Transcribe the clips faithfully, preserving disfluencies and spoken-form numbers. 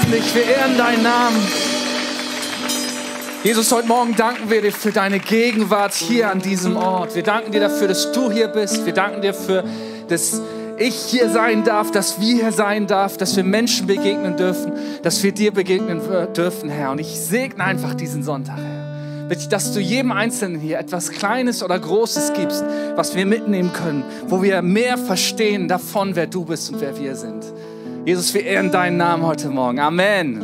preisen dich, wir ehren deinen Namen. Jesus, heute Morgen danken wir dir für deine Gegenwart hier an diesem Ort. Wir danken dir dafür, dass du hier bist. Wir danken dir dafür, dass ich hier sein darf, dass wir hier sein darf, dass wir Menschen begegnen dürfen, dass wir dir begegnen dürfen, Herr. Und ich segne einfach diesen Sonntag, Herr. Bitte, dass du jedem Einzelnen hier etwas Kleines oder Großes gibst, was wir mitnehmen können, wo wir mehr verstehen davon, wer du bist und wer wir sind. Jesus, wir ehren deinen Namen heute Morgen. Amen.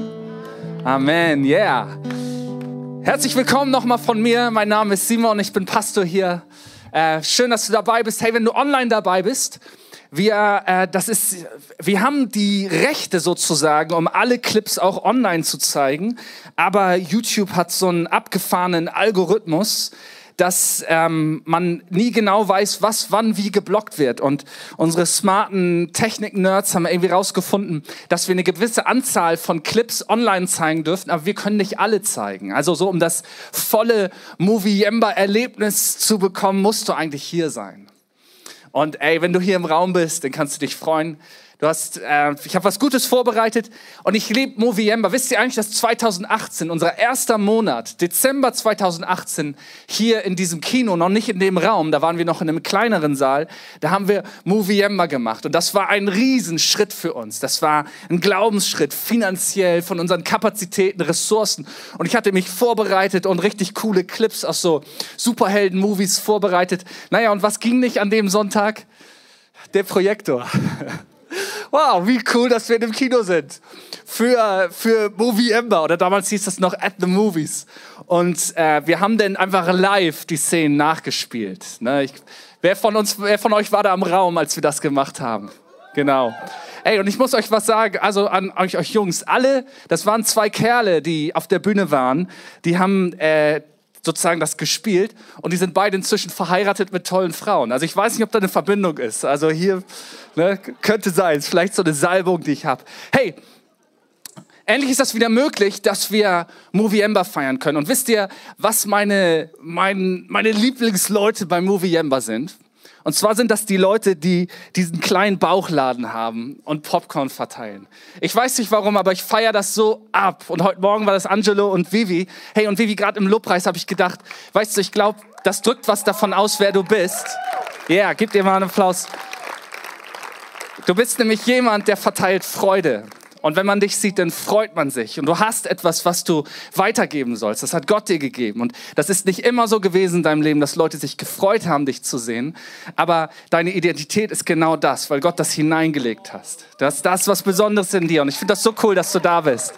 Amen, yeah. Herzlich willkommen nochmal von mir. Mein Name ist Simon, ich bin Pastor hier. Äh, schön, dass du dabei bist. Hey, wenn du online dabei bist, wir, äh, das ist, wir haben die Rechte sozusagen, um alle Clips auch online zu zeigen. Aber YouTube hat so einen abgefahrenen Algorithmus, dass ähm, man nie genau weiß, was wann wie geblockt wird. Und unsere smarten Technik-Nerds haben irgendwie rausgefunden, dass wir eine gewisse Anzahl von Clips online zeigen dürfen, aber wir können nicht alle zeigen. Also so, um das volle Movie-Yemba-Erlebnis zu bekommen, musst du eigentlich hier sein. Und ey, wenn du hier im Raum bist, dann kannst du dich freuen. Du hast, äh, ich habe was Gutes vorbereitet und ich liebe Movie Yemba. Wisst ihr eigentlich, dass zwanzig achtzehn, unser erster Monat, Dezember zwanzig achtzehn, hier in diesem Kino, noch nicht in dem Raum, da waren wir noch in einem kleineren Saal, da haben wir Movie Yemba gemacht. Und das war ein Riesenschritt für uns. Das war ein Glaubensschritt, finanziell, von unseren Kapazitäten, Ressourcen. Und ich hatte mich vorbereitet und richtig coole Clips aus so Superhelden-Movies vorbereitet. Naja, und was ging nicht an dem Sonntag? Der Projektor. Wow, wie cool, dass wir in dem Kino sind. Für, für Movie Yemba, oder damals hieß das noch At the Movies. Und äh, wir haben dann einfach live die Szenen nachgespielt. Ne? Ich, wer, von uns, wer von euch war da im Raum, als wir das gemacht haben? Genau. Ey, und ich muss euch was sagen, also an euch, euch Jungs, alle, das waren zwei Kerle, die auf der Bühne waren, die haben äh, sozusagen das gespielt und die sind beide inzwischen verheiratet mit tollen Frauen. Also ich weiß nicht, ob da eine Verbindung ist. Also hier, ne, könnte sein, ist vielleicht so eine Salbung, die ich habe. Hey, endlich ist das wieder möglich, dass wir Movie Yemba feiern können. Und wisst ihr, was meine, mein, meine Lieblingsleute bei Movie Yemba sind? Und zwar sind das die Leute, die diesen kleinen Bauchladen haben und Popcorn verteilen. Ich weiß nicht warum, aber ich feiere das so ab. Und heute Morgen war das Angelo und Vivi. Hey, und Vivi, gerade im Lobpreis habe ich gedacht, weißt du, ich glaube, das drückt was davon aus, wer du bist. Ja, yeah, gib dir mal einen Applaus. Du bist nämlich jemand, der verteilt Freude. Und wenn man dich sieht, dann freut man sich. Und du hast etwas, was du weitergeben sollst. Das hat Gott dir gegeben. Und das ist nicht immer so gewesen in deinem Leben, dass Leute sich gefreut haben, dich zu sehen. Aber deine Identität ist genau das, weil Gott das hineingelegt hast. Das ist das, was Besonderes in dir. Und ich finde das so cool, dass du da bist.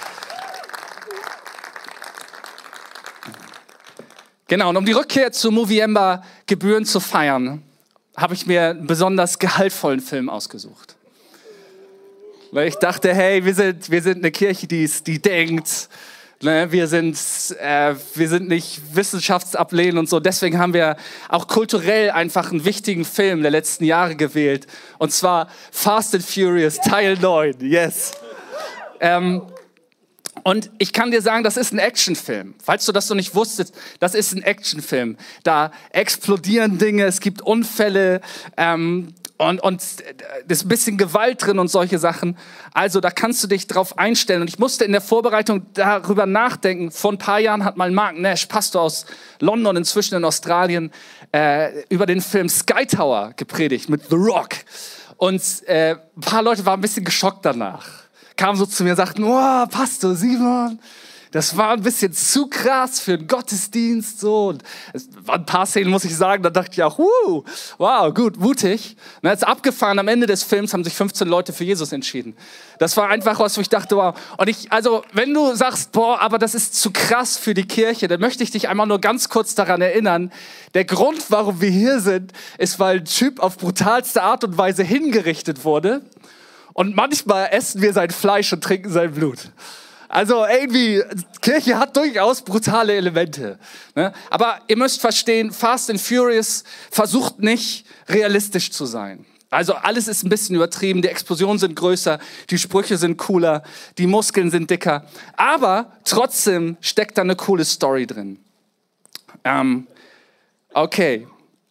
Genau, und um die Rückkehr zu Movie Yemba Gebühren zu feiern, habe ich mir einen besonders gehaltvollen Film ausgesucht. Weil ich dachte, hey, wir sind, wir sind eine Kirche, die, ist, die denkt, ne? wir, sind, äh, wir sind nicht wissenschaftsablehnend und so. Deswegen haben wir auch kulturell einfach einen wichtigen Film der letzten Jahre gewählt. Und zwar Fast and Furious Teil neun. Yes. Ähm, und ich kann dir sagen, das ist ein Actionfilm. Falls du das noch nicht wusstest, das ist ein Actionfilm. Da explodieren Dinge, es gibt Unfälle, ähm, Und, und da ist ein bisschen Gewalt drin und solche Sachen. Also da kannst du dich drauf einstellen. Und ich musste in der Vorbereitung darüber nachdenken. Vor ein paar Jahren hat mal Mark Nash, Pastor aus London, inzwischen in Australien, äh, über den Film Sky Tower gepredigt mit The Rock. Und äh, ein paar Leute waren ein bisschen geschockt danach. Kamen so zu mir und sagten, oh, Pastor Simon, das war ein bisschen zu krass für einen Gottesdienst. So. Und es waren ein paar Szenen, muss ich sagen, da dachte ich auch, uh, wow, gut, mutig. Und jetzt abgefahren, am Ende des Films haben sich fünfzehn Leute für Jesus entschieden. Das war einfach was, wo ich dachte, wow. Und ich, also, wenn du sagst, boah, aber das ist zu krass für die Kirche, dann möchte ich dich einmal nur ganz kurz daran erinnern, der Grund, warum wir hier sind, ist, weil ein Typ auf brutalste Art und Weise hingerichtet wurde. Und manchmal essen wir sein Fleisch und trinken sein Blut. Also irgendwie, Kirche hat durchaus brutale Elemente. Ne? Aber ihr müsst verstehen, Fast and Furious versucht nicht realistisch zu sein. Also alles ist ein bisschen übertrieben, die Explosionen sind größer, die Sprüche sind cooler, die Muskeln sind dicker. Aber trotzdem steckt da eine coole Story drin. Ähm, okay.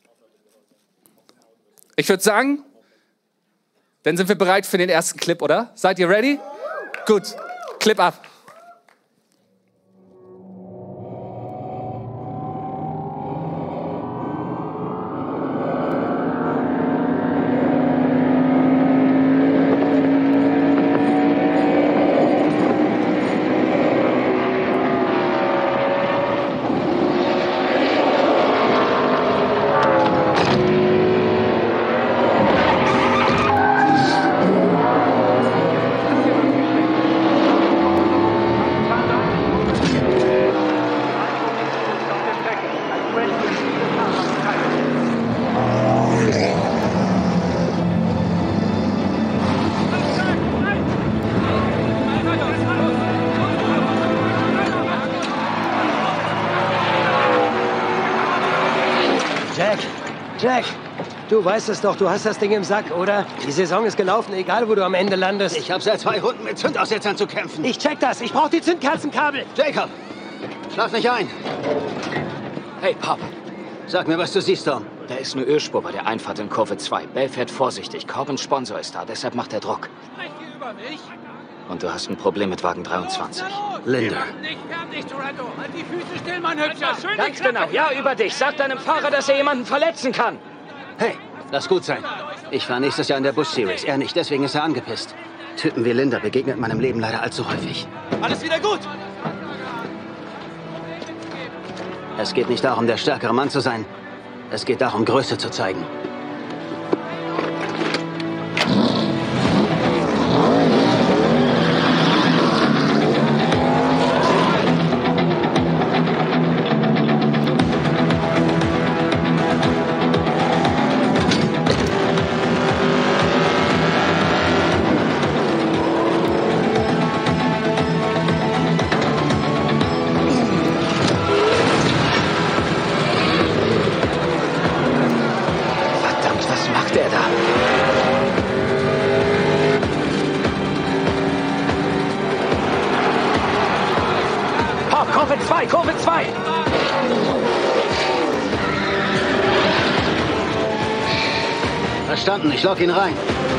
Ich würde sagen, dann sind wir bereit für den ersten Clip, oder? Seid ihr ready? Gut. Clip ab. Jack, Jack, du weißt es doch, du hast das Ding im Sack, oder? Die Saison ist gelaufen, egal wo du am Ende landest. Ich habe seit zwei Runden mit Zündaussetzern zu kämpfen. Ich check das, ich brauche die Zündkerzenkabel. Jacob, schlaf nicht ein. Hey, Pop. Sag mir, was du siehst, Tom. Da ist eine Ölspur bei der Einfahrt in Kurve zwei. Bell fährt vorsichtig. Corbins Sponsor ist da, deshalb macht er Druck. Sprecht ihr über mich? Und du hast ein Problem mit Wagen dreiundzwanzig. Linda. Nicht fertig, Toretto. Halt die Füße still, mein Hübscher. Schön Ganz genau. Ja, über dich. Sag deinem Fahrer, dass er jemanden verletzen kann. Hey, lass gut sein. Ich fahre nächstes Jahr in der Bush Series. Er nicht, deswegen ist er angepisst. Typen wie Linda begegnet meinem Leben leider allzu häufig. Alles wieder gut. Es geht nicht darum, der stärkere Mann zu sein. Es geht darum, Größe zu zeigen. Kurve zwei, Kurve zwei! Verstanden, ich lock ihn rein.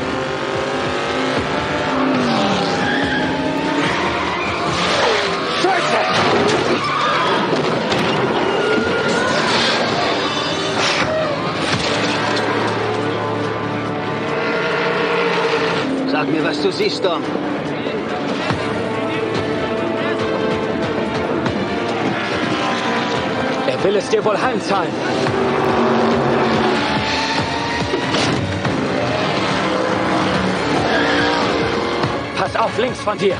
Sag mir, was du siehst, Dom. Er will es dir wohl heimzahlen. Pass auf, links von dir.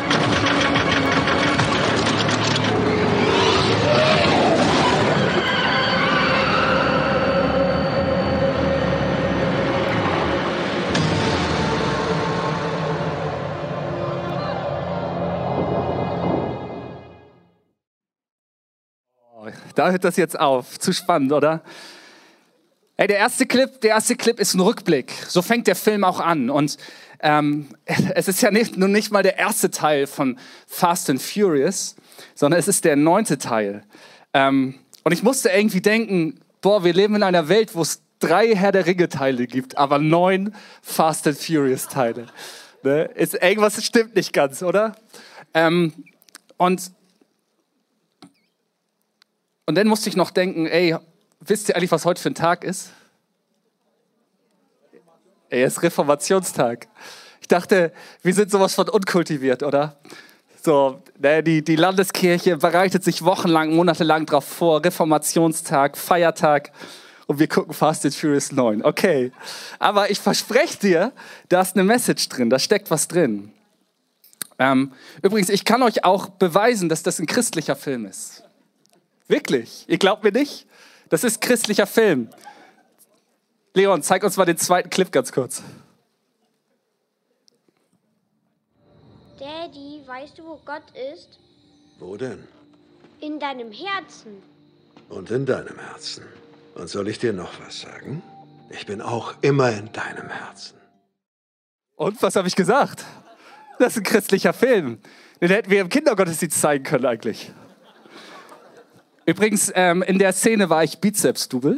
Da hört das jetzt auf. Zu spannend, oder? Hey, der erste Clip, der erste Clip ist ein Rückblick. So fängt der Film auch an. Und ähm, es ist ja nicht, nur nicht mal der erste Teil von Fast and Furious, sondern es ist der neunte Teil. Ähm, und ich musste irgendwie denken, boah, wir leben in einer Welt, wo es drei Herr der Ringe-Teile gibt, aber neun Fast and Furious-Teile. Ne? Ist, irgendwas stimmt nicht ganz, oder? Ähm, und Und dann musste ich noch denken, ey, wisst ihr eigentlich, was heute für ein Tag ist? Ey, es ist Reformationstag. Ich dachte, wir sind sowas von unkultiviert, oder? So, ne, die, die Landeskirche bereitet sich wochenlang, monatelang drauf vor. Reformationstag, Feiertag. Und wir gucken Fast and Furious neun. Okay. Aber ich verspreche dir, da ist eine Message drin, da steckt was drin. Ähm, übrigens, ich kann euch auch beweisen, dass das ein christlicher Film ist. Wirklich? Ihr glaubt mir nicht? Das ist christlicher Film. Leon, zeig uns mal den zweiten Clip ganz kurz. Daddy, weißt du, wo Gott ist? Wo denn? In deinem Herzen. Und in deinem Herzen. Und soll ich dir noch was sagen? Ich bin auch immer in deinem Herzen. Und was habe ich gesagt? Das ist ein christlicher Film. Den hätten wir im Kindergottesdienst zeigen können eigentlich. Übrigens, ähm, in der Szene war ich Bizeps-Double.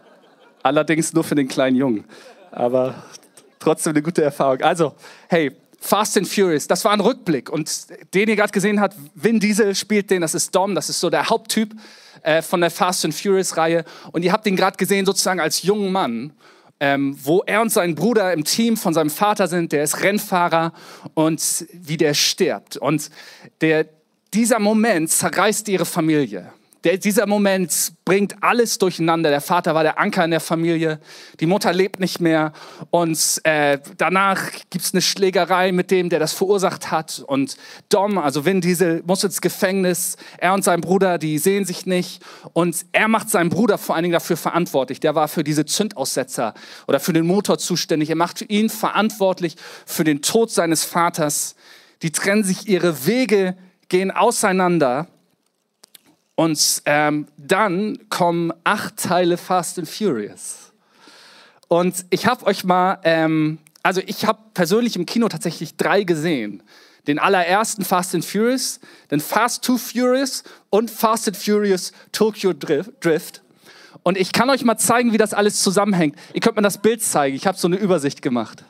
Allerdings nur für den kleinen Jungen. Aber trotzdem eine gute Erfahrung. Also, hey, Fast and Furious, das war ein Rückblick. Und den ihr gerade gesehen habt, Vin Diesel spielt den, das ist Dom, das ist so der Haupttyp äh, von der Fast and Furious-Reihe. Und ihr habt ihn gerade gesehen sozusagen als jungen Mann, ähm, wo er und sein Bruder im Team von seinem Vater sind, der ist Rennfahrer und wie der stirbt. Und der, dieser Moment zerreißt ihre Familie. Der, dieser Moment bringt alles durcheinander. Der Vater war der Anker in der Familie. Die Mutter lebt nicht mehr. Und äh, danach gibt es eine Schlägerei mit dem, der das verursacht hat. Und Dom, also Vin Diesel, muss ins Gefängnis. Er und sein Bruder, die sehen sich nicht. Und er macht seinen Bruder vor allen Dingen dafür verantwortlich. Der war für diese Zündaussetzer oder für den Motor zuständig. Er macht ihn verantwortlich für den Tod seines Vaters. Die trennen sich, ihre Wege gehen auseinander. Und ähm, dann kommen acht Teile Fast and Furious. Und ich habe euch mal, ähm, also ich habe persönlich im Kino tatsächlich drei gesehen. Den allerersten Fast and Furious, den Fast Too Furious und Fast and Furious Tokyo Drift. Und ich kann euch mal zeigen, wie das alles zusammenhängt. Ihr könnt mir das Bild zeigen. Ich habe so eine Übersicht gemacht.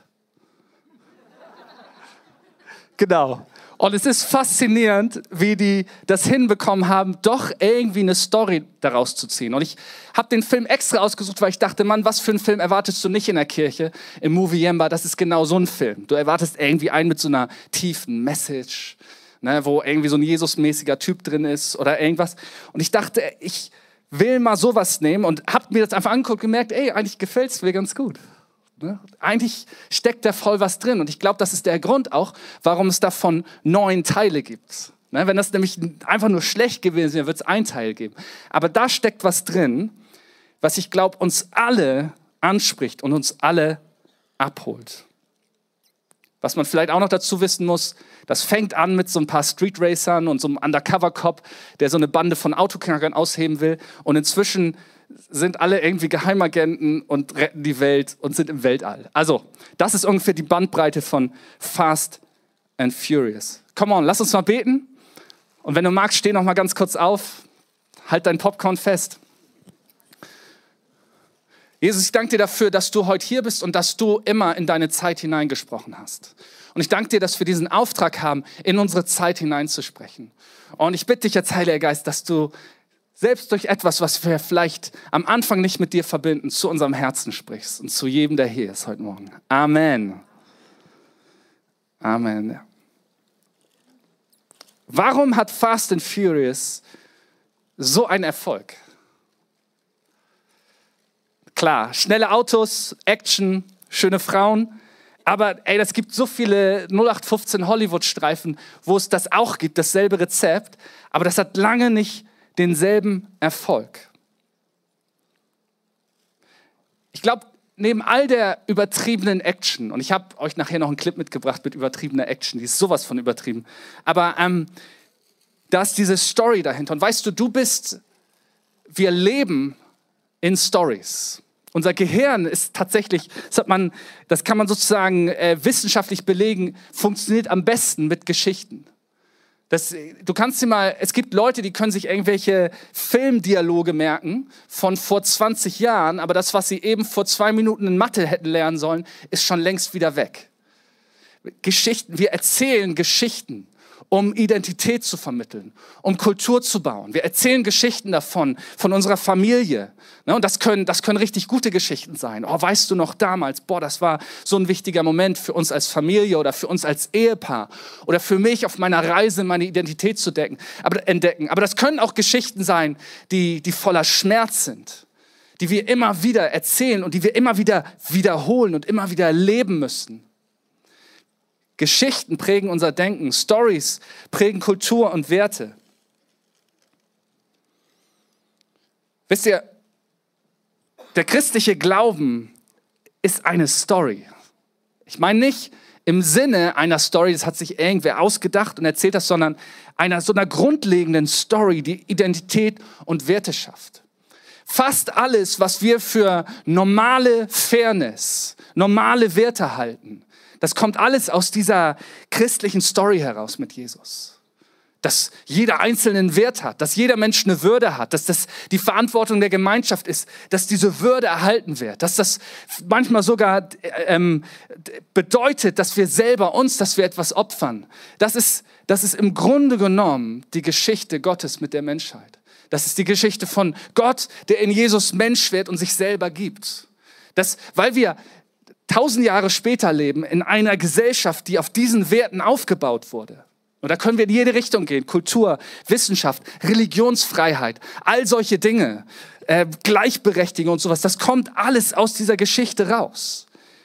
Genau. Und es ist faszinierend, wie die das hinbekommen haben, doch irgendwie eine Story daraus zu ziehen. Und ich habe den Film extra ausgesucht, weil ich dachte, Mann, was für einen Film erwartest du nicht in der Kirche, im Movie Yemba? Das ist genau so ein Film. Du erwartest irgendwie einen mit so einer tiefen Message, ne, wo irgendwie so ein Jesus-mäßiger Typ drin ist oder irgendwas. Und ich dachte, ich will mal sowas nehmen und habe mir das einfach angeguckt und gemerkt, ey, eigentlich gefällt es mir ganz gut. Ne? Eigentlich steckt da voll was drin. Und ich glaube, das ist der Grund auch, warum es davon neun Teile gibt. Ne? Wenn das nämlich einfach nur schlecht gewesen wäre, wird es einen Teil geben. Aber da steckt was drin, was ich glaube, uns alle anspricht und uns alle abholt. Was man vielleicht auch noch dazu wissen muss, das fängt an mit so ein paar Street Racern und so einem Undercover-Cop, der so eine Bande von Autoknackern ausheben will. Und inzwischen sind alle irgendwie Geheimagenten und retten die Welt und sind im Weltall. Also, das ist ungefähr die Bandbreite von Fast and Furious. Come on, lass uns mal beten. Und wenn du magst, steh noch mal ganz kurz auf. Halt dein Popcorn fest. Jesus, ich danke dir dafür, dass du heute hier bist und dass du immer in deine Zeit hineingesprochen hast. Und ich danke dir, dass wir diesen Auftrag haben, in unsere Zeit hineinzusprechen. Und ich bitte dich jetzt, Heiliger Geist, dass du selbst durch etwas, was wir vielleicht am Anfang nicht mit dir verbinden, zu unserem Herzen sprichst und zu jedem, der hier ist heute Morgen. Amen. Amen. Warum hat Fast and Furious so einen Erfolg? Klar, schnelle Autos, Action, schöne Frauen. Aber ey, es gibt so viele null acht fünfzehn Hollywood-Streifen, wo es das auch gibt, dasselbe Rezept. Aber das hat lange nicht denselben Erfolg. Ich glaube, neben all der übertriebenen Action, und ich habe euch nachher noch einen Clip mitgebracht mit übertriebener Action, die ist sowas von übertrieben, aber ähm, da ist diese Story dahinter. Und weißt du, du bist, wir leben in Stories. Unser Gehirn ist tatsächlich, das, hat man, das kann man sozusagen äh, wissenschaftlich belegen, funktioniert am besten mit Geschichten. Das, du kannst dir mal, es gibt Leute, die können sich irgendwelche Filmdialoge merken von vor zwanzig Jahren, aber das, was sie eben vor zwei Minuten in Mathe hätten lernen sollen, ist schon längst wieder weg. Geschichten, wir erzählen Geschichten, um Identität zu vermitteln, um Kultur zu bauen. Wir erzählen Geschichten davon, von unserer Familie. Und das können, das können richtig gute Geschichten sein. Oh, weißt du noch damals, boah, das war so ein wichtiger Moment für uns als Familie oder für uns als Ehepaar oder für mich auf meiner Reise, meine Identität zu decken, aber, entdecken. Aber das können auch Geschichten sein, die, die voller Schmerz sind, die wir immer wieder erzählen und die wir immer wieder wiederholen und immer wieder erleben müssen. Geschichten prägen unser Denken, Stories prägen Kultur und Werte. Wisst ihr, der christliche Glauben ist eine Story. Ich meine nicht im Sinne einer Story, das hat sich irgendwer ausgedacht und erzählt das, sondern einer so einer grundlegenden Story, die Identität und Werte schafft. Fast alles, was wir für normale Fairness, normale Werte halten, das kommt alles aus dieser christlichen Story heraus mit Jesus. dass jeder Einzelne einen Wert hat, dass jeder Mensch eine Würde hat, dass das die Verantwortung der Gemeinschaft ist, dass diese Würde erhalten wird, dass das manchmal sogar ähm, bedeutet, dass wir selber uns, dass wir etwas opfern. Das ist, das ist im Grunde genommen die Geschichte Gottes mit der Menschheit. Das ist die Geschichte von Gott, der in Jesus Mensch wird und sich selber gibt. Das, weil wir tausend Jahre später leben in einer Gesellschaft, die auf diesen Werten aufgebaut wurde. Und da können wir in jede Richtung gehen. Kultur, Wissenschaft, Religionsfreiheit, all solche Dinge, äh, Gleichberechtigung und sowas. Das kommt alles aus dieser Geschichte raus.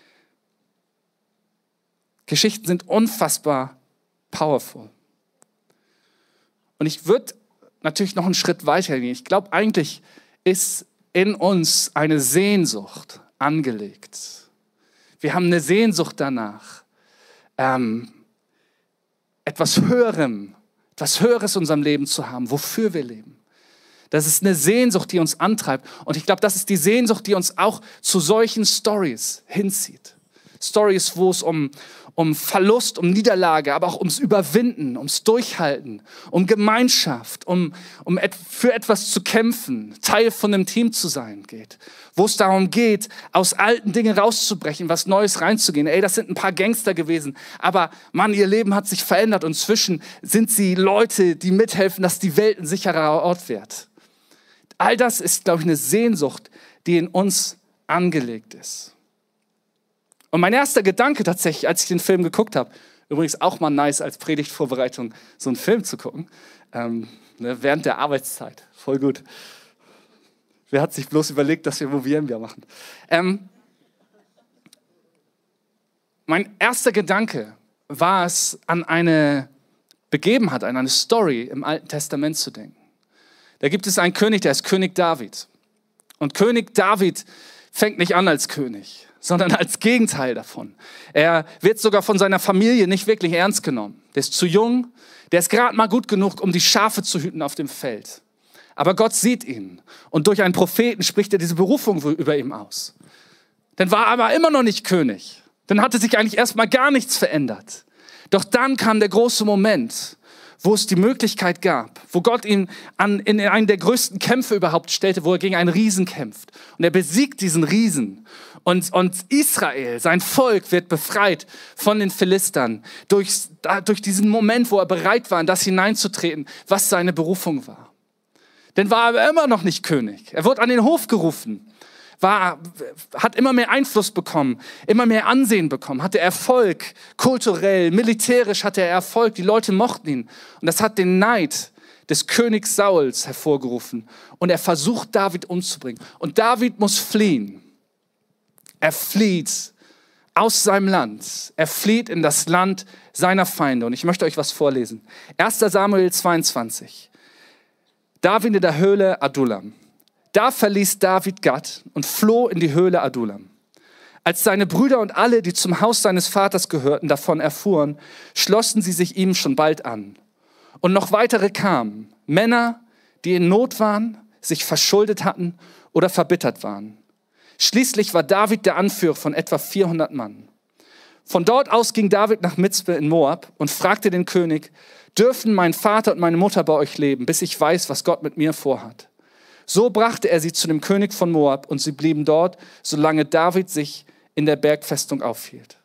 Geschichten sind unfassbar powerful. Und ich würde natürlich noch einen Schritt weiter gehen. Ich glaube, eigentlich ist in uns eine Sehnsucht angelegt. Wir haben eine Sehnsucht danach, ähm, etwas Höherem, etwas Höheres in unserem Leben zu haben, wofür wir leben. Das ist eine Sehnsucht, die uns antreibt. Und ich glaube, das ist die Sehnsucht, die uns auch zu solchen Stories hinzieht. Stories, wo es um, um Verlust, um Niederlage, aber auch ums Überwinden, ums Durchhalten, um Gemeinschaft, um, um et- für etwas zu kämpfen, Teil von einem Team zu sein geht. Wo es darum geht, aus alten Dingen rauszubrechen, was Neues reinzugehen. Ey, das sind ein paar Gangster gewesen, aber Mann, ihr Leben hat sich verändert und inzwischen sind sie Leute, die mithelfen, dass die Welt ein sicherer Ort wird. All das ist, glaube ich, eine Sehnsucht, die in uns angelegt ist. Und mein erster Gedanke tatsächlich, als ich den Film geguckt habe, übrigens auch mal nice als Predigtvorbereitung, so einen Film zu gucken, ähm, ne, während der Arbeitszeit, voll gut. Wer hat sich bloß überlegt, dass wir Movienbia machen? Ähm, mein erster Gedanke war es, an eine Begebenheit, an eine Story im Alten Testament zu denken. Da gibt es einen König, der ist König David. Und König David fängt nicht an als König, sondern als Gegenteil davon. Er wird sogar von seiner Familie nicht wirklich ernst genommen. Der ist zu jung, der ist gerade mal gut genug, um die Schafe zu hüten auf dem Feld. Aber Gott sieht ihn und durch einen Propheten spricht er diese Berufung über ihm aus. Dann war er aber immer noch nicht König. Dann hatte sich eigentlich erstmal gar nichts verändert. Doch dann kam der große Moment, wo es die Möglichkeit gab, wo Gott ihn an, in einen der größten Kämpfe überhaupt stellte, wo er gegen einen Riesen kämpft. Und er besiegt diesen Riesen. Und, und Israel, sein Volk, wird befreit von den Philistern durch, durch diesen Moment, wo er bereit war, in das hineinzutreten, was seine Berufung war. Denn war er immer noch nicht König. Er wurde an den Hof gerufen, war, hat immer mehr Einfluss bekommen, immer mehr Ansehen bekommen, hatte Erfolg, kulturell, militärisch hatte er Erfolg, die Leute mochten ihn. Und das hat den Neid des Königs Sauls hervorgerufen. Und er versucht, David umzubringen. Und David muss fliehen. Er flieht aus seinem Land. Er flieht in das Land seiner Feinde. Und ich möchte euch was vorlesen. erster Samuel zweiundzwanzig. David in der Höhle Adullam. Da verließ David Gad und floh in die Höhle Adullam. Als seine Brüder und alle, die zum Haus seines Vaters gehörten, davon erfuhren, schlossen sie sich ihm schon bald an. Und noch weitere kamen, Männer, die in Not waren, sich verschuldet hatten oder verbittert waren. Schließlich war David der Anführer von etwa vierhundert Mann. Von dort aus ging David nach Mizpe in Moab und fragte den König, dürfen mein Vater und meine Mutter bei euch leben, bis ich weiß, was Gott mit mir vorhat. So brachte er sie zu dem König von Moab und sie blieben dort, solange David sich in der Bergfestung aufhielt.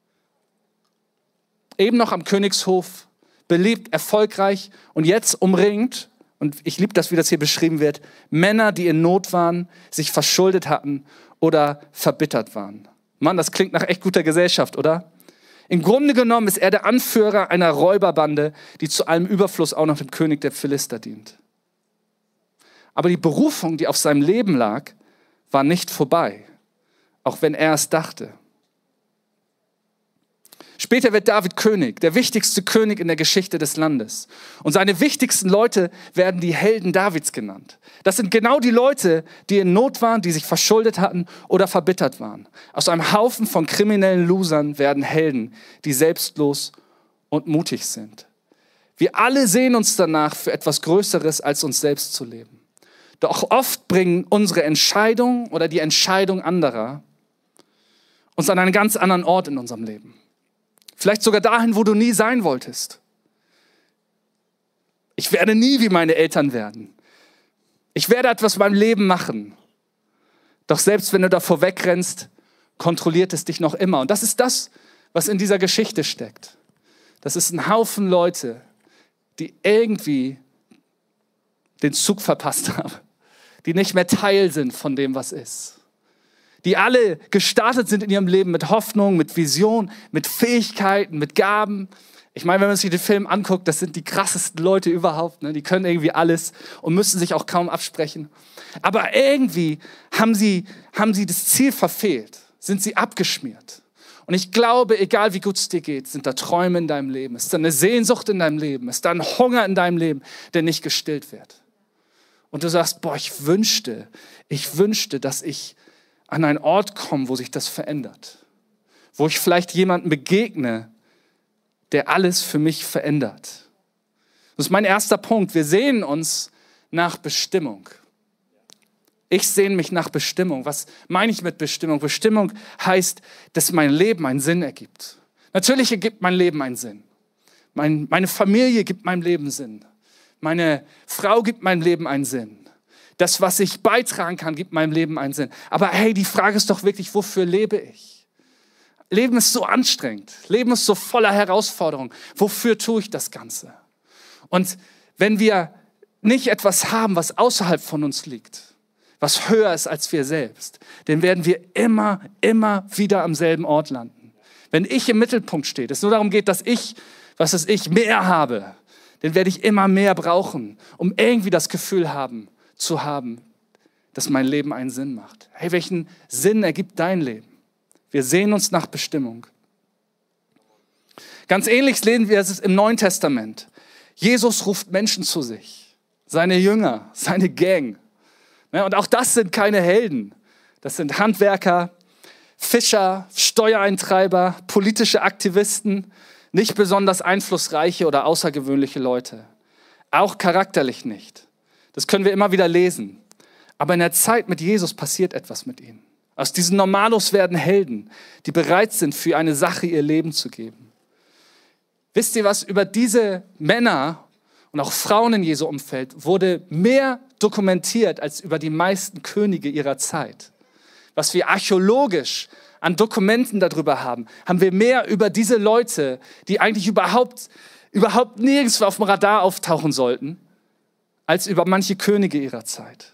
Eben noch am Königshof, beliebt, erfolgreich und jetzt umringt, und ich liebe das, wie das hier beschrieben wird, Männer, die in Not waren, sich verschuldet hatten oder verbittert waren. Mann, das klingt nach echt guter Gesellschaft, oder? Im Grunde genommen ist er der Anführer einer Räuberbande, die zu allem Überfluss auch noch dem König der Philister dient. Aber die Berufung, die auf seinem Leben lag, war nicht vorbei, auch wenn er es dachte. Später wird David König, der wichtigste König in der Geschichte des Landes. Und seine wichtigsten Leute werden die Helden Davids genannt. Das sind genau die Leute, die in Not waren, die sich verschuldet hatten oder verbittert waren. Aus einem Haufen von kriminellen Losern werden Helden, die selbstlos und mutig sind. Wir alle sehen uns danach, für etwas Größeres als uns selbst zu leben. Doch oft bringen unsere Entscheidungen oder die Entscheidung anderer uns an einen ganz anderen Ort in unserem Leben. Vielleicht sogar dahin, wo du nie sein wolltest. Ich werde nie wie meine Eltern werden. Ich werde etwas mit meinem Leben machen. Doch selbst wenn du davor wegrennst, kontrolliert es dich noch immer. Und das ist das, was in dieser Geschichte steckt. Das ist ein Haufen Leute, die irgendwie den Zug verpasst haben, die nicht mehr Teil sind von dem, was ist. Die alle gestartet sind in ihrem Leben mit Hoffnung, mit Vision, mit Fähigkeiten, mit Gaben. Ich meine, wenn man sich den Film anguckt, das sind die krassesten Leute überhaupt. Ne? Die können irgendwie alles und müssen sich auch kaum absprechen. Aber irgendwie haben sie, haben sie das Ziel verfehlt, sind sie abgeschmiert. Und ich glaube, egal wie gut es dir geht, sind da Träume in deinem Leben, ist da eine Sehnsucht in deinem Leben, ist da ein Hunger in deinem Leben, der nicht gestillt wird. Und du sagst, boah, ich wünschte, ich wünschte, dass ich an einen Ort komme, wo sich das verändert. Wo ich vielleicht jemandem begegne, der alles für mich verändert. Das ist mein erster Punkt. Wir sehnen uns nach Bestimmung. Ich sehne mich nach Bestimmung. Was meine ich mit Bestimmung? Bestimmung heißt, dass mein Leben einen Sinn ergibt. Natürlich ergibt mein Leben einen Sinn. Mein, meine Familie gibt meinem Leben Sinn. Meine Frau gibt meinem Leben einen Sinn. Das, was ich beitragen kann, gibt meinem Leben einen Sinn. Aber hey, die Frage ist doch wirklich, wofür lebe ich? Leben ist so anstrengend. Leben ist so voller Herausforderungen. Wofür tue ich das Ganze? Und wenn wir nicht etwas haben, was außerhalb von uns liegt, was höher ist als wir selbst, dann werden wir immer, immer wieder am selben Ort landen. Wenn ich im Mittelpunkt stehe, es nur darum geht, dass ich, was ist ich, mehr habe, dann werde ich immer mehr brauchen, um irgendwie das Gefühl haben, zu haben, dass mein Leben einen Sinn macht. Hey, welchen Sinn ergibt dein Leben? Wir sehen uns nach Bestimmung. Ganz ähnlich lesen wir es im Neuen Testament. Jesus ruft Menschen zu sich, seine Jünger, seine Gang. Und auch das sind keine Helden. Das sind Handwerker, Fischer, Steuereintreiber, politische Aktivisten, nicht besonders einflussreiche oder außergewöhnliche Leute. Auch charakterlich nicht. Das können wir immer wieder lesen. Aber in der Zeit mit Jesus passiert etwas mit ihnen. Aus diesen Normalos werden Helden, die bereit sind, für eine Sache ihr Leben zu geben. Wisst ihr was? Über diese Männer und auch Frauen in Jesu Umfeld wurde mehr dokumentiert als über die meisten Könige ihrer Zeit. Was wir archäologisch an Dokumenten darüber haben, haben wir mehr über diese Leute, die eigentlich überhaupt, überhaupt nirgends auf dem Radar auftauchen sollten, als über manche Könige ihrer Zeit.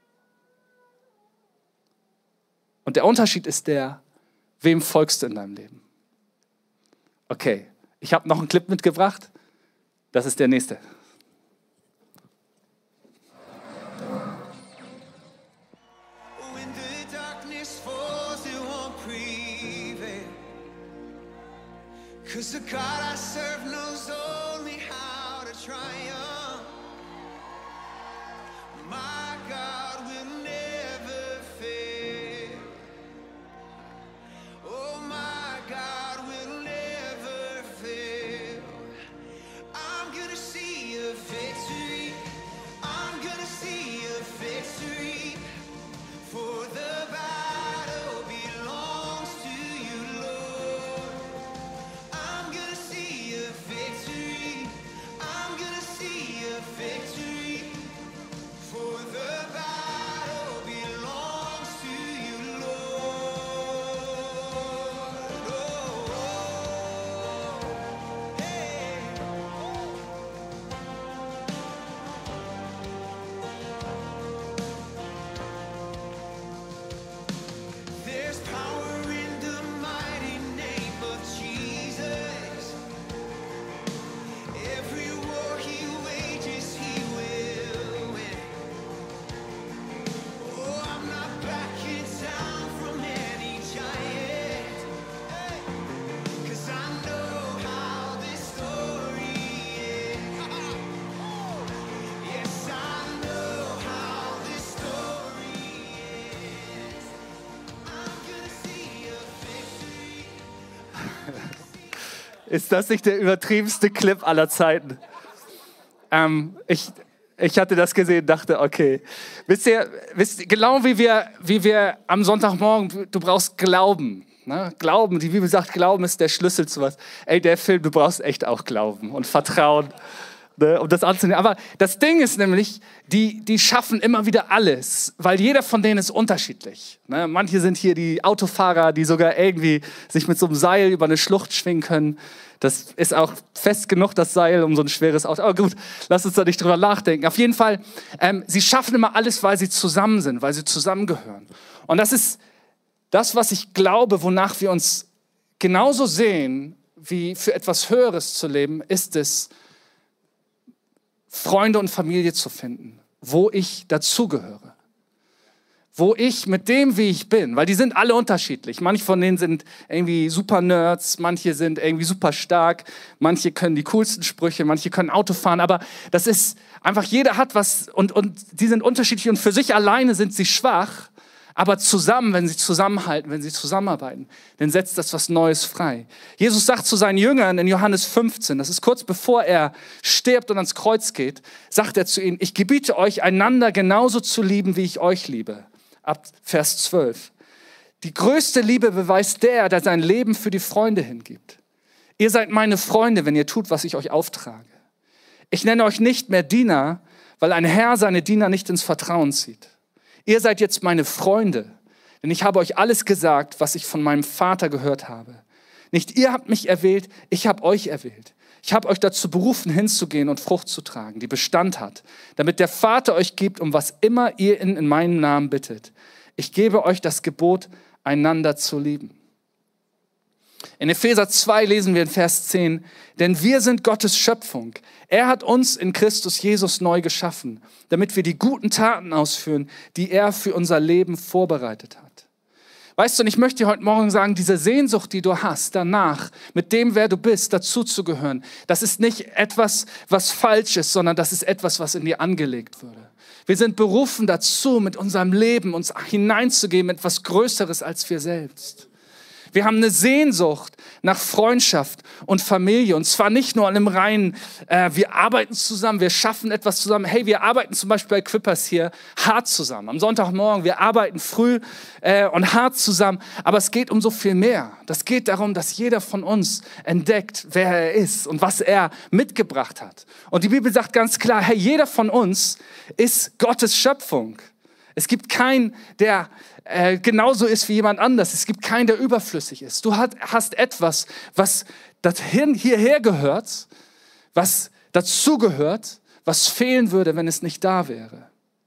Und der Unterschied ist der, wem folgst du in deinem Leben? Okay, ich habe noch einen Clip mitgebracht. Das ist der nächste. Cause the God I serve knows only how to triumph. My God will never fail. Oh, my God will never fail. I'm gonna see a victory. I'm gonna see a victory. For the battle belongs to you, Lord. I'm gonna see a victory. I'm gonna see a victory. For the battle belongs to you, Lord. Oh, hey. There's power in the mighty name of Jesus. Every war he wages, he will win. Oh, I'm not backing down from any giant. Hey, 'cause I know how this story ends. Yes, I know how this story ends. I'm gonna see a victory. Ist das nicht der übertriebenste Clip aller Zeiten? Ähm, ich, ich hatte das gesehen und dachte, okay. Wisst ihr, wisst ihr genau wie wir, wie wir am Sonntagmorgen, du brauchst Glauben. Ne? Glauben, die Bibel sagt, Glauben ist der Schlüssel zu was. Ey, der Film, du brauchst echt auch Glauben und Vertrauen ne, um das anzunehmen. Aber das Ding ist nämlich, die, die schaffen immer wieder alles, weil jeder von denen ist unterschiedlich. Ne? Manche sind hier die Autofahrer, die sogar irgendwie sich mit so einem Seil über eine Schlucht schwingen können. Das ist auch fest genug, das Seil, um so ein schweres Auto. Aber gut, lass uns da nicht drüber nachdenken. Auf jeden Fall, ähm, sie schaffen immer alles, weil sie zusammen sind, weil sie zusammengehören. Und das ist das, was ich glaube, wonach wir uns genauso sehen, wie für etwas Höheres zu leben, ist es, Freunde und Familie zu finden, wo ich dazugehöre. Wo ich mit dem, wie ich bin, weil die sind alle unterschiedlich. Manche von denen sind irgendwie super Nerds, manche sind irgendwie super stark, manche können die coolsten Sprüche, manche können Auto fahren, aber das ist einfach, jeder hat was und, und die sind unterschiedlich und für sich alleine sind sie schwach, aber zusammen, wenn sie zusammenhalten, wenn sie zusammenarbeiten, dann setzt das was Neues frei. Jesus sagt zu seinen Jüngern in Johannes fünfzehn, das ist kurz bevor er stirbt und ans Kreuz geht, sagt er zu ihnen, ich gebiete euch, einander genauso zu lieben, wie ich euch liebe. Ab Vers zwölf. Die größte Liebe beweist der, der sein Leben für die Freunde hingibt. Ihr seid meine Freunde, wenn ihr tut, was ich euch auftrage. Ich nenne euch nicht mehr Diener, weil ein Herr seine Diener nicht ins Vertrauen zieht. Ihr seid jetzt meine Freunde, denn ich habe euch alles gesagt, was ich von meinem Vater gehört habe. Nicht ihr habt mich erwählt, ich habe euch erwählt. Ich habe euch dazu berufen, hinzugehen und Frucht zu tragen, die Bestand hat, damit der Vater euch gibt, um was immer ihr in, in meinem Namen bittet. Ich gebe euch das Gebot, einander zu lieben. In Epheser zwei lesen wir in Vers zehn, denn wir sind Gottes Schöpfung. Er hat uns in Christus Jesus neu geschaffen, damit wir die guten Taten ausführen, die er für unser Leben vorbereitet hat. Weißt du, und ich möchte dir heute Morgen sagen, diese Sehnsucht, die du hast, danach, mit dem, wer du bist, dazuzugehören, das ist nicht etwas, was falsch ist, sondern das ist etwas, was in dir angelegt wurde. Wir sind berufen dazu, mit unserem Leben uns hineinzugeben, etwas Größeres als wir selbst. Wir haben eine Sehnsucht nach Freundschaft und Familie. Und zwar nicht nur an einem reinen, äh, wir arbeiten zusammen, wir schaffen etwas zusammen. Hey, wir arbeiten zum Beispiel bei Quippers hier hart zusammen. Am Sonntagmorgen, wir arbeiten früh äh, und hart zusammen. Aber es geht um so viel mehr. Das geht darum, dass jeder von uns entdeckt, wer er ist und was er mitgebracht hat. Und die Bibel sagt ganz klar, hey, jeder von uns ist Gottes Schöpfung. Es gibt keinen, der äh, genauso ist wie jemand anders. Es gibt keinen, der überflüssig ist. Du hat, hast etwas, was dahin, hierher gehört, was dazugehört, was fehlen würde, wenn es nicht da wäre.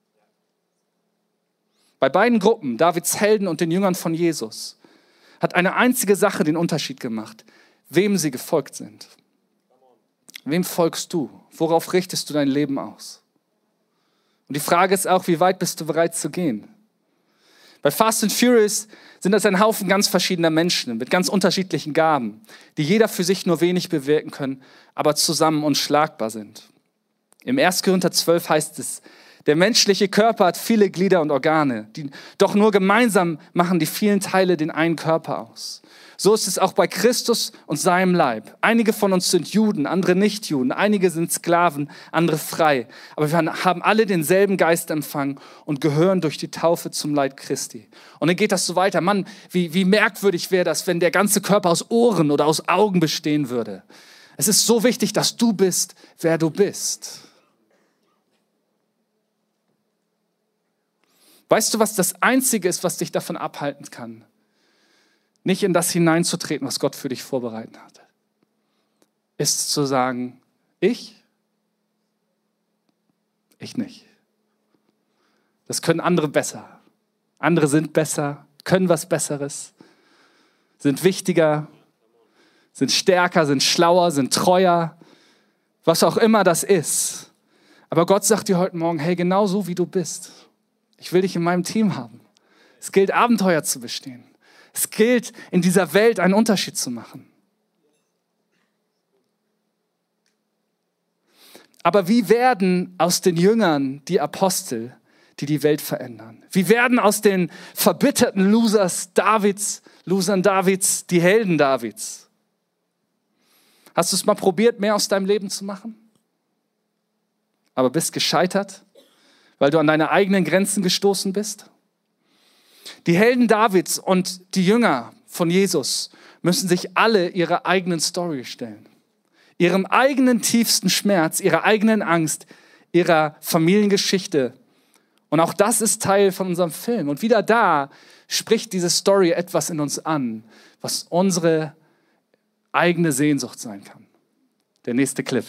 Bei beiden Gruppen, Davids Helden und den Jüngern von Jesus, hat eine einzige Sache den Unterschied gemacht, wem sie gefolgt sind. Wem folgst du? Worauf richtest du dein Leben aus? Und die Frage ist auch, wie weit bist du bereit zu gehen? Bei Fast and Furious sind das ein Haufen ganz verschiedener Menschen mit ganz unterschiedlichen Gaben, die jeder für sich nur wenig bewirken können, aber zusammen unschlagbar sind. Im ersten Korinther zwölf heißt es, der menschliche Körper hat viele Glieder und Organe, die, doch nur gemeinsam machen die vielen Teile den einen Körper aus. So ist es auch bei Christus und seinem Leib. Einige von uns sind Juden, andere nicht Juden. Einige sind Sklaven, andere frei. Aber wir haben alle denselben Geist empfangen und gehören durch die Taufe zum Leib Christi. Und dann geht das so weiter. Mann, wie, wie merkwürdig wäre das, wenn der ganze Körper aus Ohren oder aus Augen bestehen würde. Es ist so wichtig, dass du bist, wer du bist. Weißt du, was das Einzige ist, was dich davon abhalten kann? Nicht in das hineinzutreten, was Gott für dich vorbereitet hat. Ist zu sagen, ich? Ich nicht. Das können andere besser. Andere sind besser, können was Besseres, sind wichtiger, sind stärker, sind schlauer, sind treuer, was auch immer das ist. Aber Gott sagt dir heute Morgen, hey, genau so wie du bist. Ich will dich in meinem Team haben. Es gilt, Abenteuer zu bestehen. Es gilt, in dieser Welt einen Unterschied zu machen. Aber wie werden aus den Jüngern die Apostel, die die Welt verändern? Wie werden aus den verbitterten Losers Davids, Losern Davids, die Helden Davids? Hast du es mal probiert, mehr aus deinem Leben zu machen? Aber bist gescheitert, weil du an deine eigenen Grenzen gestoßen bist? Die Helden Davids und die Jünger von Jesus müssen sich alle ihrer eigenen Story stellen. ihrem eigenen tiefsten Schmerz, ihrer eigenen Angst, ihrer Familiengeschichte. Und auch das ist Teil von unserem Film. Und wieder da spricht diese Story etwas in uns an, was unsere eigene Sehnsucht sein kann. Der nächste Clip.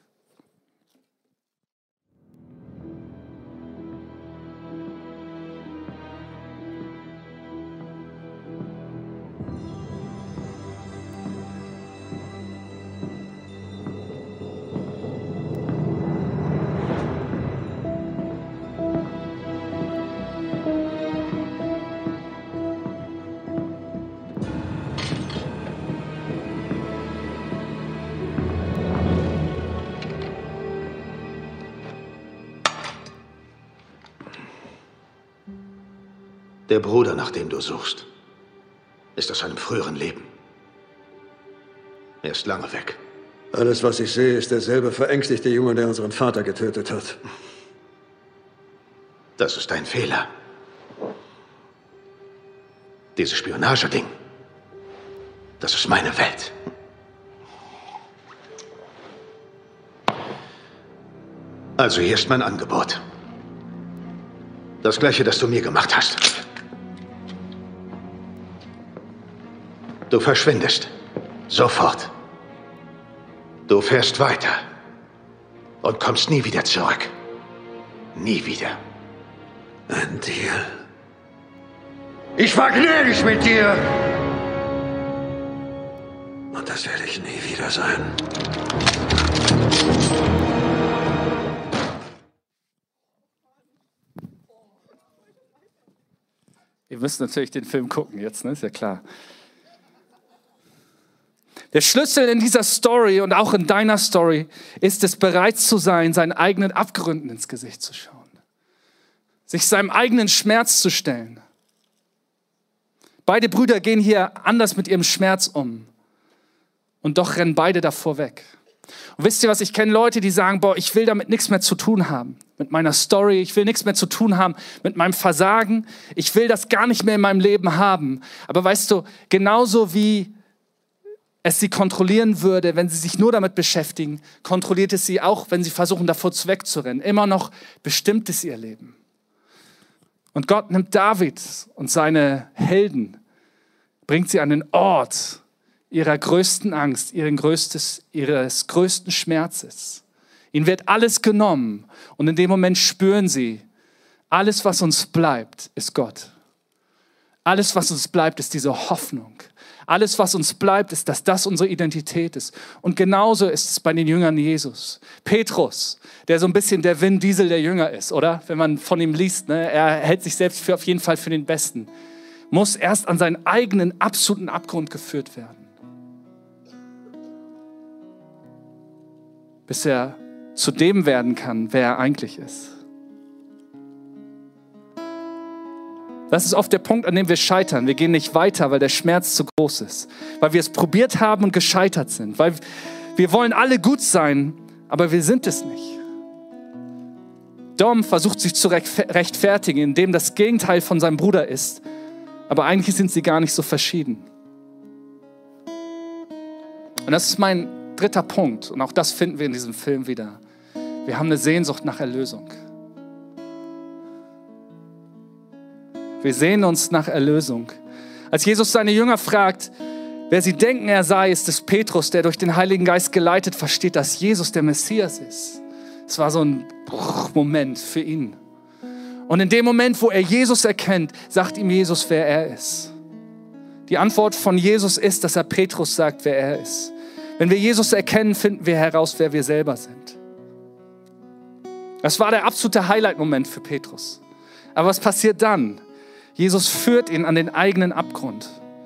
Der Bruder, nach dem du suchst, ist aus einem früheren Leben. Er ist lange weg. Alles, was ich sehe, ist derselbe verängstigte Junge, der unseren Vater getötet hat. Das ist ein Fehler. Dieses Spionageding, das ist meine Welt. Also hier ist mein Angebot. Das gleiche, das du mir gemacht hast. Du verschwindest. Sofort. Du fährst weiter. Und kommst nie wieder zurück. Nie wieder. Ein Deal. Ich war gnädig mit dir. Und das werde ich nie wieder sein. Ihr müsst natürlich den Film gucken jetzt, ne? Ist ja klar. Der Schlüssel in dieser Story und auch in deiner Story ist es, bereit zu sein, seinen eigenen Abgründen ins Gesicht zu schauen. Sich seinem eigenen Schmerz zu stellen. Beide Brüder gehen hier anders mit ihrem Schmerz um. Und doch rennen beide davor weg. Und wisst ihr was, ich kenne Leute, die sagen, boah, ich will damit nichts mehr zu tun haben. Mit meiner Story, ich will nichts mehr zu tun haben mit meinem Versagen. Ich will das gar nicht mehr in meinem Leben haben. Aber weißt du, genauso wie es sie kontrollieren würde, wenn sie sich nur damit beschäftigen, kontrolliert es sie auch, wenn sie versuchen, davor wegzurennen. Immer noch bestimmt es ihr Leben. Und Gott nimmt David und seine Helden, bringt sie an den Ort ihrer größten Angst, ihren größtes, ihres größten Schmerzes. Ihnen wird alles genommen und in dem Moment spüren sie, alles, was uns bleibt, ist Gott. Alles, was uns bleibt, ist diese Hoffnung. Alles, was uns bleibt, ist, dass das unsere Identität ist. Und genauso ist es bei den Jüngern Jesus. Petrus, der so ein bisschen der Vin Diesel der Jünger ist, oder? Wenn man von ihm liest, ne? Er hält sich selbst für auf jeden Fall für den Besten. Muss erst an seinen eigenen absoluten Abgrund geführt werden. Bis er zu dem werden kann, wer er eigentlich ist. Das ist oft der Punkt, an dem wir scheitern. Wir gehen nicht weiter, weil der Schmerz zu groß ist. Weil wir es probiert haben und gescheitert sind. Weil wir wollen alle gut sein, aber wir sind es nicht. Dom versucht sich zu rechtfertigen, indem das Gegenteil von seinem Bruder ist. Aber eigentlich sind sie gar nicht so verschieden. Und das ist mein dritter Punkt. Und auch das finden wir in diesem Film wieder. Wir haben eine Sehnsucht nach Erlösung. Wir sehnen uns nach Erlösung. Als Jesus seine Jünger fragt, wer sie denken, er sei, ist es Petrus, der durch den Heiligen Geist geleitet versteht, dass Jesus der Messias ist. Es war so ein Moment für ihn. Und in dem Moment, wo er Jesus erkennt, sagt ihm Jesus, wer er ist. Die Antwort von Jesus ist, dass er Petrus sagt, wer er ist. Wenn wir Jesus erkennen, finden wir heraus, wer wir selber sind. Das war der absolute Highlight-Moment für Petrus. Aber was passiert dann? Jesus führt ihn an den eigenen Abgrund.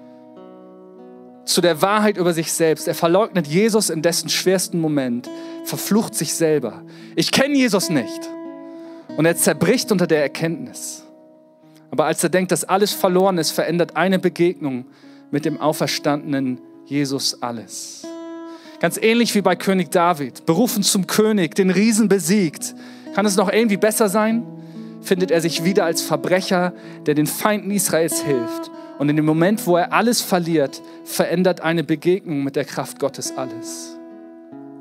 Zu der Wahrheit über sich selbst. Er verleugnet Jesus in dessen schwersten Moment, verflucht sich selber. Ich kenne Jesus nicht. Und er zerbricht unter der Erkenntnis. Aber als er denkt, dass alles verloren ist, verändert eine Begegnung mit dem auferstandenen Jesus alles. Ganz ähnlich wie bei König David. Berufen zum König, den Riesen besiegt. Kann es noch irgendwie besser sein? Findet er sich wieder als Verbrecher, der den Feinden Israels hilft. Und in dem Moment, wo er alles verliert, verändert eine Begegnung mit der Kraft Gottes alles.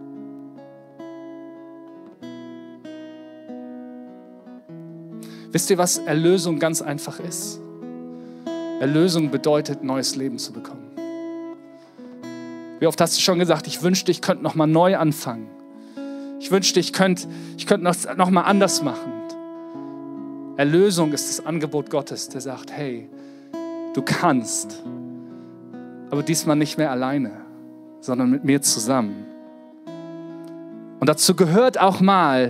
Wisst ihr, was Erlösung ganz einfach ist? Erlösung bedeutet, neues Leben zu bekommen. Wie oft hast du schon gesagt, ich wünschte, ich könnte noch mal neu anfangen. Ich wünschte, ich könnte, ich könnte noch, noch mal anders machen. Erlösung ist das Angebot Gottes, der sagt, hey, du kannst, aber diesmal nicht mehr alleine, sondern mit mir zusammen. Und dazu gehört auch mal,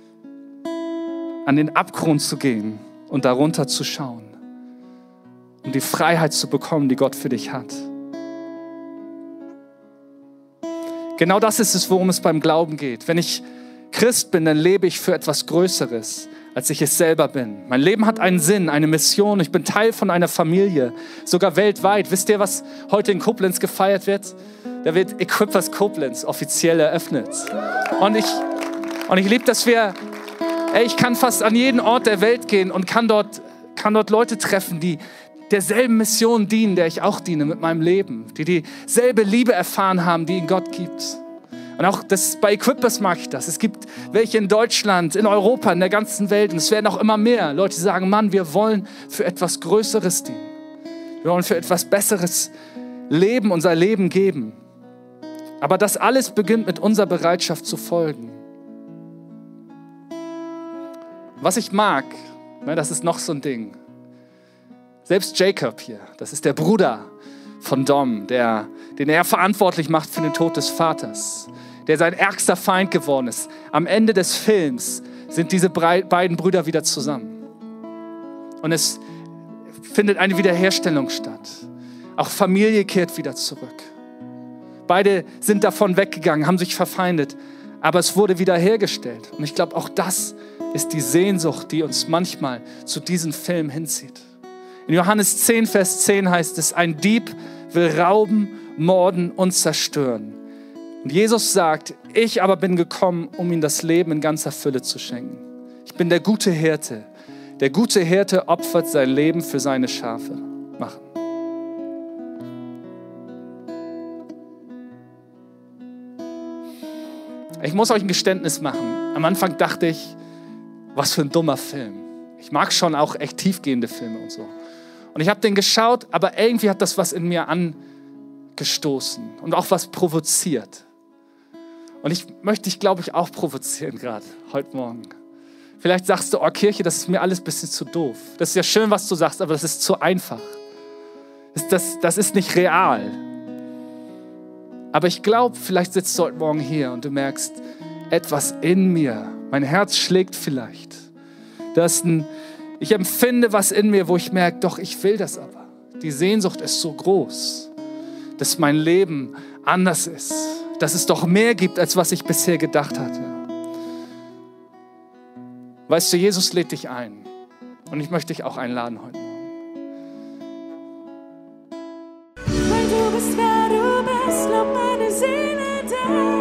an den Abgrund zu gehen und darunter zu schauen, um die Freiheit zu bekommen, die Gott für dich hat. Genau das ist es, worum es beim Glauben geht. Wenn ich Christ bin, dann lebe ich für etwas Größeres, als ich es selber bin. Mein Leben hat einen Sinn, eine Mission. Ich bin Teil von einer Familie, sogar weltweit. Wisst ihr, was heute in Koblenz gefeiert wird? Da wird Equippers Koblenz offiziell eröffnet. Und ich, und ich liebe, dass wir, ey, ich kann fast an jeden Ort der Welt gehen und kann dort, kann dort Leute treffen, die derselben Mission dienen, der ich auch diene mit meinem Leben, die dieselbe Liebe erfahren haben, die in Gott gibt. Und auch das, bei Equippers mag ich das. Es gibt welche in Deutschland, in Europa, in der ganzen Welt und es werden auch immer mehr Leute, die sagen, Mann, wir wollen für etwas Größeres dienen. Wir wollen für etwas Besseres leben, unser Leben geben. Aber das alles beginnt mit unserer Bereitschaft zu folgen. Was ich mag, ne, das ist noch so ein Ding. Selbst Jacob hier, das ist der Bruder von Dom, der, den er verantwortlich macht für den Tod des Vaters, der sein ärgster Feind geworden ist. Am Ende des Films sind diese beiden Brüder wieder zusammen. Und es findet eine Wiederherstellung statt. Auch Familie kehrt wieder zurück. Beide sind davon weggegangen, haben sich verfeindet, aber es wurde wiederhergestellt. Und ich glaube, auch das ist die Sehnsucht, die uns manchmal zu diesem Film hinzieht. In Johannes zehn, Vers zehn heißt es, ein Dieb will rauben, morden und zerstören. Und Jesus sagt, ich aber bin gekommen, um ihm das Leben in ganzer Fülle zu schenken. Ich bin der gute Hirte. Der gute Hirte opfert sein Leben für seine Schafe. Machen. Ich muss euch ein Geständnis machen. Am Anfang dachte ich, was für ein dummer Film. Ich mag schon auch echt tiefgehende Filme und so. Und ich habe den geschaut, aber irgendwie hat das was in mir angestoßen und auch was provoziert. Und ich möchte dich, glaube ich, auch provozieren gerade heute Morgen. Vielleicht sagst du, oh Kirche, das ist mir alles ein bisschen zu doof. Das ist ja schön, was du sagst, aber das ist zu einfach. Das, das, das ist nicht real. Aber ich glaube, vielleicht sitzt du heute Morgen hier und du merkst, etwas in mir, mein Herz schlägt vielleicht. Das ist ein Ich empfinde was in mir, wo ich merke, doch, ich will das aber. Die Sehnsucht ist so groß, dass mein Leben anders ist. Dass es doch mehr gibt, als was ich bisher gedacht hatte. Weißt du, Jesus lädt dich ein. Und ich möchte dich auch einladen heute Morgen. Weil du bist, wer du bist, lobt meine Seele dich.